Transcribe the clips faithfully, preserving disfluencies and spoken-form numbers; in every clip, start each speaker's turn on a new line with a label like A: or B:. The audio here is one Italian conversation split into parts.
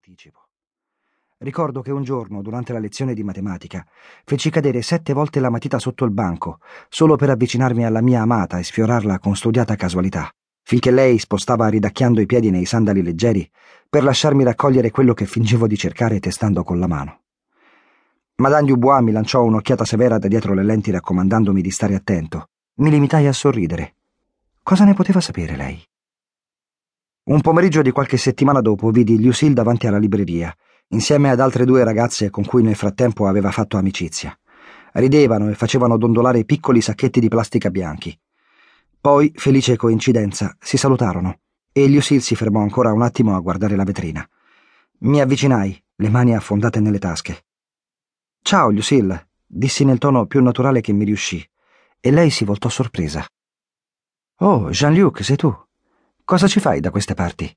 A: anticipo. Ricordo che un giorno, durante la lezione di matematica, feci cadere sette volte la matita sotto il banco, solo per avvicinarmi alla mia amata e sfiorarla con studiata casualità, finché lei spostava ridacchiando i piedi nei sandali leggeri per lasciarmi raccogliere quello che fingevo di cercare testando con la mano. Madame Dubois mi lanciò un'occhiata severa da dietro le lenti raccomandandomi di stare attento. Mi limitai a sorridere. Cosa ne poteva sapere lei? Un pomeriggio di qualche settimana dopo vidi Lucille davanti alla libreria, insieme ad altre due ragazze con cui nel frattempo aveva fatto amicizia. Ridevano e facevano dondolare piccoli sacchetti di plastica bianchi. Poi, felice coincidenza, si salutarono e Lucille si fermò ancora un attimo a guardare la vetrina. Mi avvicinai, le mani affondate nelle tasche. «Ciao, Lucille», dissi nel tono più naturale che mi riuscì, e lei si voltò sorpresa. «Oh, Jean-Luc, sei tu? Cosa ci fai da queste parti?»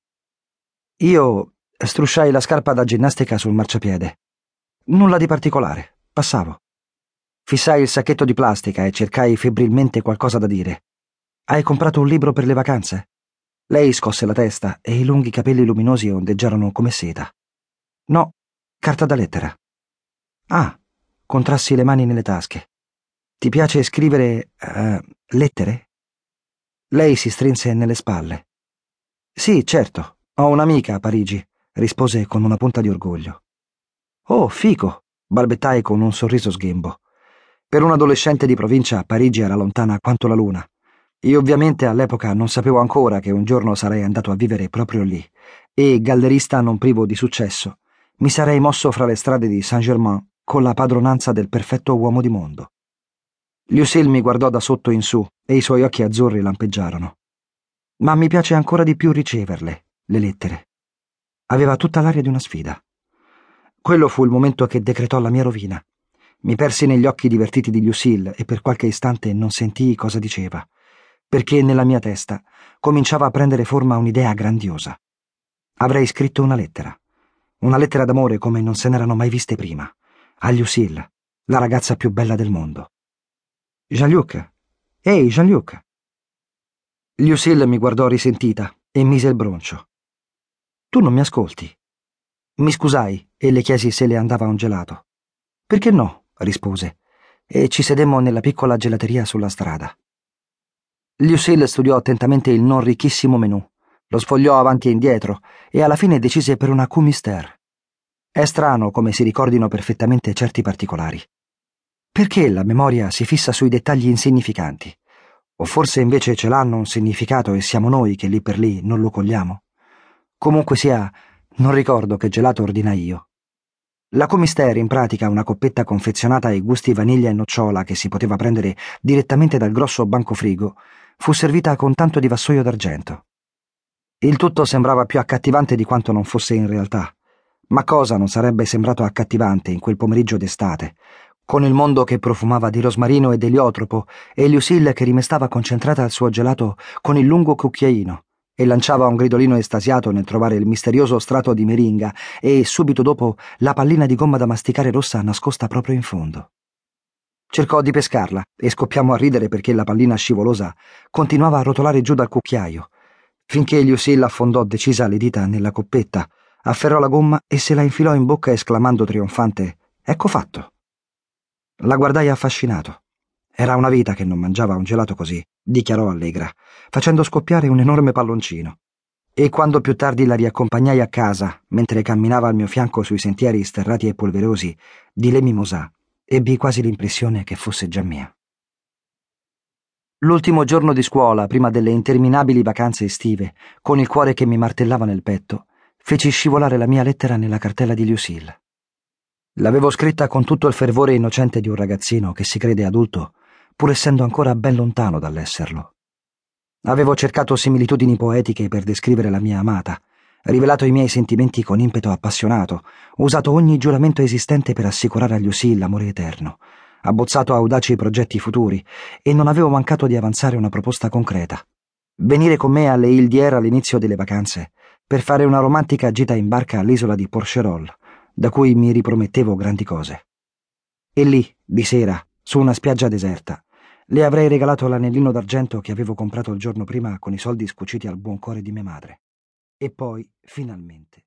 A: Io strusciai la scarpa da ginnastica sul marciapiede. Nulla di particolare, passavo. Fissai il sacchetto di plastica e cercai febbrilmente qualcosa da dire. «Hai comprato un libro per le vacanze?» Lei scosse la testa e i lunghi capelli luminosi ondeggiarono come seta. «No, carta da lettera». «Ah», contrassi le mani nelle tasche. «Ti piace scrivere uh, lettere?» Lei si strinse nelle spalle. «Sì, certo, ho un'amica a Parigi», rispose con una punta di orgoglio. «Oh, fico», balbettai con un sorriso sghembo. Per un adolescente di provincia Parigi era lontana quanto la luna. E ovviamente all'epoca non sapevo ancora che un giorno sarei andato a vivere proprio lì e, gallerista non privo di successo, mi sarei mosso fra le strade di Saint-Germain con la padronanza del perfetto uomo di mondo. Lucille mi guardò da sotto in su e i suoi occhi azzurri lampeggiarono. Ma mi piace ancora di più riceverle, le lettere. Aveva tutta l'aria di una sfida. Quello fu il momento che decretò la mia rovina. Mi persi negli occhi divertiti di Lucille e per qualche istante non sentii cosa diceva, perché nella mia testa cominciava a prendere forma un'idea grandiosa. Avrei scritto una lettera. Una lettera d'amore come non se n'erano mai viste prima. A Lucille, la ragazza più bella del mondo. «Jean-Luc! Ehi, Jean-Luc!» Lucille mi guardò risentita e mise il broncio. «Tu non mi ascolti?» Mi scusai e le chiesi se le andava un gelato. «Perché no?» rispose, e ci sedemmo nella piccola gelateria sulla strada. Lucille studiò attentamente il non ricchissimo menù, lo sfogliò avanti e indietro e alla fine decise per una Coumister. È strano come si ricordino perfettamente certi particolari. Perché la memoria si fissa sui dettagli insignificanti? O forse invece ce l'hanno un significato e siamo noi che lì per lì non lo cogliamo? Comunque sia, non ricordo che gelato ordinai io. La Coumister, in pratica una coppetta confezionata ai gusti vaniglia e nocciola che si poteva prendere direttamente dal grosso bancofrigo, fu servita con tanto di vassoio d'argento. Il tutto sembrava più accattivante di quanto non fosse in realtà. Ma cosa non sarebbe sembrato accattivante in quel pomeriggio d'estate, con il mondo che profumava di rosmarino ed eliotropo e Lucille che rimestava concentrata al suo gelato con il lungo cucchiaino e lanciava un gridolino estasiato nel trovare il misterioso strato di meringa e, subito dopo, la pallina di gomma da masticare rossa nascosta proprio in fondo. Cercò di pescarla e scoppiamo a ridere perché la pallina scivolosa continuava a rotolare giù dal cucchiaio, finché Lucille affondò decisa le dita nella coppetta, afferrò la gomma e se la infilò in bocca esclamando trionfante: «Ecco fatto!» La guardai affascinato. Era una vita che non mangiava un gelato così, dichiarò allegra, facendo scoppiare un enorme palloncino. E quando più tardi la riaccompagnai a casa, mentre camminava al mio fianco sui sentieri sterrati e polverosi di Le Mimosas, ebbi quasi l'impressione che fosse già mia. L'ultimo giorno di scuola, prima delle interminabili vacanze estive, con il cuore che mi martellava nel petto, feci scivolare la mia lettera nella cartella di Lucille. L'avevo scritta con tutto il fervore innocente di un ragazzino che si crede adulto, pur essendo ancora ben lontano dall'esserlo. Avevo cercato similitudini poetiche per descrivere la mia amata, rivelato i miei sentimenti con impeto appassionato, usato ogni giuramento esistente per assicurare a Lucille l'amore eterno, abbozzato audaci progetti futuri e non avevo mancato di avanzare una proposta concreta. Venire con me alle Îles d'Hyères all'inizio delle vacanze per fare una romantica gita in barca all'isola di Porcherolles, da cui mi ripromettevo grandi cose. E lì, di sera, su una spiaggia deserta, le avrei regalato l'anellino d'argento che avevo comprato il giorno prima con i soldi scuciti al buon cuore di mia madre. E poi, finalmente,